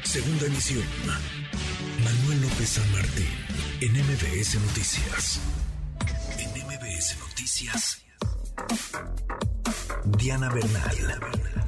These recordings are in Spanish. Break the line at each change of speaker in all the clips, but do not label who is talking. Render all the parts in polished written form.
Segunda emisión. Manuel López San Martín, en MBS Noticias. En MBS Noticias, Diana Bernal.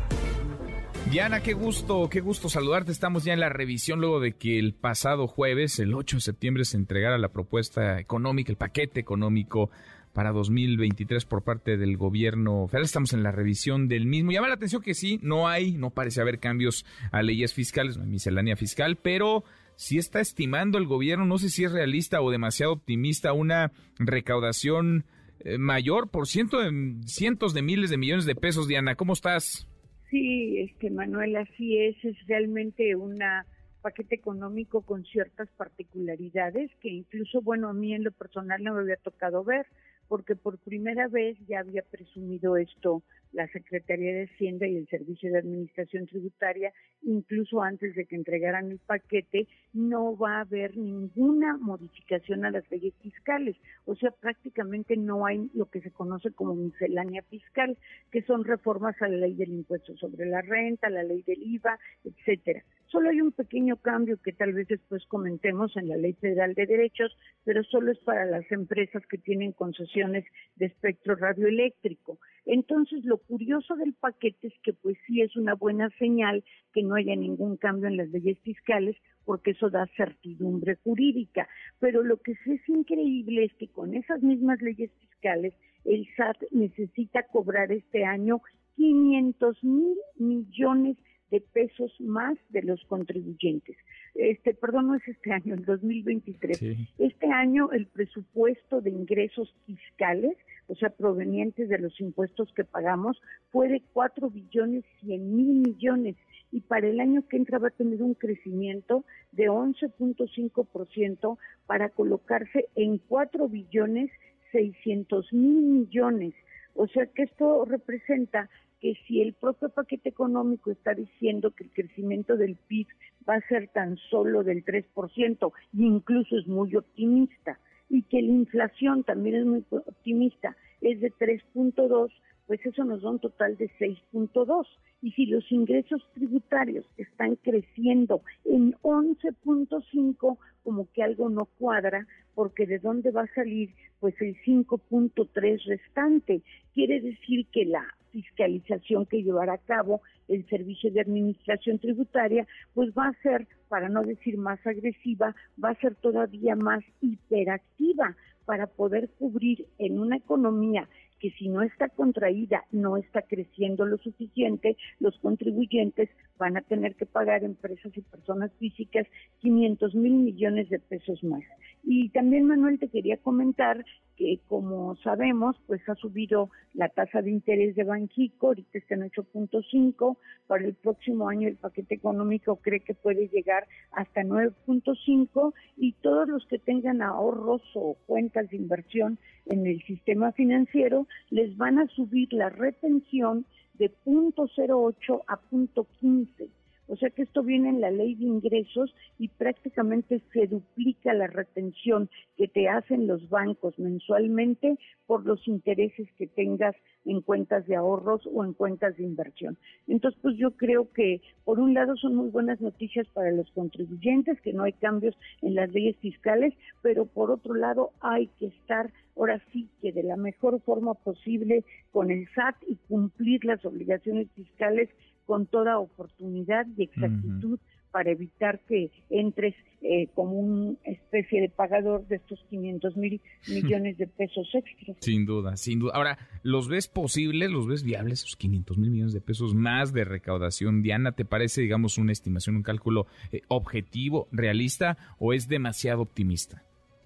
Diana, qué gusto saludarte. Estamos ya en la revisión luego de que el pasado jueves, el 8 de septiembre, se entregara la propuesta económica, el paquete económico para 2023 por parte del gobierno federal. Estamos en la revisión del mismo. Llama la atención que sí, no parece haber cambios a leyes fiscales, no hay miscelánea fiscal, pero sí está estimando el gobierno, no sé si es realista o demasiado optimista, una recaudación mayor por cientos de miles de millones de pesos. Diana, ¿cómo estás?
Sí, Manuel, así es realmente una paquete económico con ciertas particularidades que incluso, a mí en lo personal no me había tocado ver, porque por primera vez ya había presumido esto la Secretaría de Hacienda y el Servicio de Administración Tributaria, incluso antes de que entregaran el paquete, no va a haber ninguna modificación a las leyes fiscales, o sea, prácticamente no hay lo que se conoce como miscelánea fiscal, que son reformas a la ley del impuesto sobre la renta, la ley del IVA, etcétera. Solo hay un pequeño cambio que tal vez después comentemos en la Ley Federal de Derechos, pero solo es para las empresas que tienen concesiones de espectro radioeléctrico. Entonces, lo curioso del paquete es que pues sí es una buena señal que no haya ningún cambio en las leyes fiscales, porque eso da certidumbre jurídica. Pero lo que sí es increíble es que con esas mismas leyes fiscales, el SAT necesita cobrar este año 500,000 millones de pesos más de los contribuyentes. No es este año, el 2023. Sí. Este año el presupuesto de ingresos fiscales, o sea, provenientes de los impuestos que pagamos, fue de 4,100,000 millones y para el año que entra va a tener un crecimiento de 11.5% para colocarse en 4,600,000 millones. O sea que esto representa que si el propio paquete económico está diciendo que el crecimiento del PIB va a ser tan solo del 3%, y incluso es muy optimista, y que la inflación también es muy optimista, es de 3.2, pues eso nos da un total de 6.2. Y si los ingresos tributarios están creciendo en 11.5, como que algo no cuadra, porque ¿de dónde va a salir? Pues el 5.3 restante. Quiere decir que la fiscalización que llevará a cabo el Servicio de Administración Tributaria, pues va a ser, para no decir más agresiva, va a ser todavía más hiperactiva para poder cubrir en una economía que si no está contraída, no está creciendo lo suficiente, los contribuyentes van a tener que pagar, empresas y personas físicas, 500,000 millones de pesos más. Y también, Manuel, te quería comentar que, como sabemos, pues ha subido la tasa de interés de Banxico, ahorita está en 8.5, para el próximo año el paquete económico cree que puede llegar hasta 9.5, y todos los que tengan ahorros o cuentas de inversión en el sistema financiero les van a subir la retención de 0.08 a 0.15. O sea que esto viene en la ley de ingresos y prácticamente se duplica la retención que te hacen los bancos mensualmente por los intereses que tengas en cuentas de ahorros o en cuentas de inversión. Entonces, pues yo creo que por un lado son muy buenas noticias para los contribuyentes, que no hay cambios en las leyes fiscales, pero por otro lado hay que estar ahora sí que de la mejor forma posible con el SAT y cumplir las obligaciones fiscales con toda oportunidad y exactitud para evitar que entres como una especie de pagador de estos 500,000 millones de pesos extras.
Sin duda, sin duda. Ahora, ¿los ves posibles, los ves viables, esos 500,000 millones de pesos más de recaudación? Diana, ¿te parece, digamos, una estimación, un cálculo objetivo, realista, o es demasiado optimista?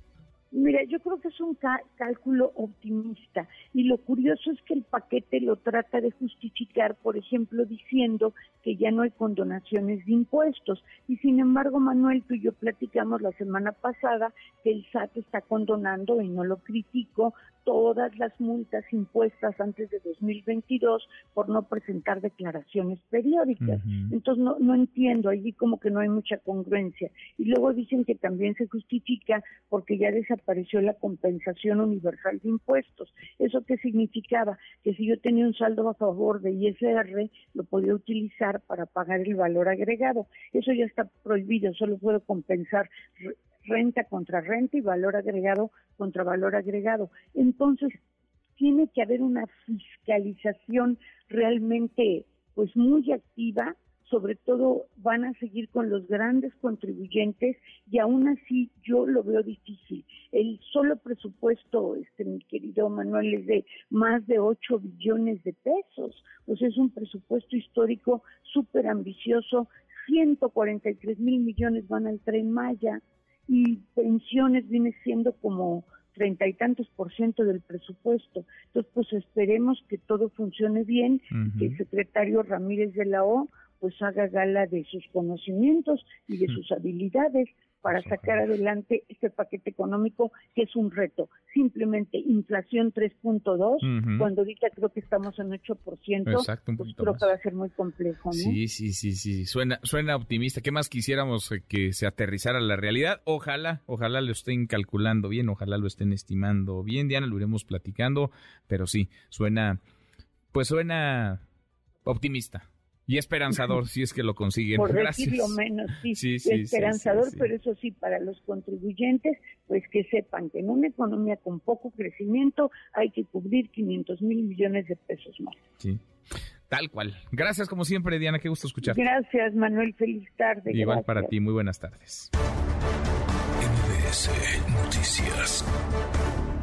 Mira, yo creo que es un cálculo optimista, y lo curioso es que el paquete lo trata de justificar, por ejemplo, diciendo que ya no hay condonaciones de impuestos, y sin embargo, Manuel, tú y yo platicamos la semana pasada que el SAT está condonando, y no lo critico, todas las multas impuestas antes de 2022 por no presentar declaraciones periódicas. Entonces no entiendo, allí como que no hay mucha congruencia. Y luego dicen que también se justifica porque ya desapareció la compensación universal de impuestos. ¿Eso qué significaba? Que si yo tenía un saldo a favor de ISR, lo podía utilizar para pagar el valor agregado. Eso ya está prohibido, solo puedo compensar renta contra renta y valor agregado contra valor agregado. Entonces, tiene que haber una fiscalización realmente pues muy activa, sobre todo van a seguir con los grandes contribuyentes y aún así yo lo veo difícil. El solo presupuesto, mi querido Manuel, es de más de 8 billones de pesos. Pues es un presupuesto histórico súper ambicioso. 143,000 millones van al Tren Maya y pensiones viene siendo como 30 y tantos % del presupuesto. Entonces, pues esperemos que todo funcione bien, que el secretario Ramírez de la O pues haga gala de sus conocimientos y de sus habilidades para sacar adelante este paquete económico que es un reto. Simplemente inflación 3.2, cuando ahorita creo que estamos en 8%,
exacto, un
pues
poquito
creo
más.
que va a ser muy complejo, ¿no?
Sí, suena optimista. ¿Qué más quisiéramos que se aterrizara la realidad? Ojalá lo estén calculando bien, ojalá lo estén estimando bien. Diana, lo iremos platicando, pero sí, suena optimista. Y esperanzador, si es que lo consiguen.
Por
Gracias.
decirlo menos, sí,
Sí,
esperanzador,
sí.
pero eso sí, para los contribuyentes, pues que sepan que en una economía con poco crecimiento hay que cubrir 500,000 millones de pesos más.
Sí, tal cual. Gracias como siempre, Diana, qué gusto escucharte.
Gracias, Manuel, feliz tarde.
Igual
Gracias.
para ti, muy buenas tardes.
MBS Noticias.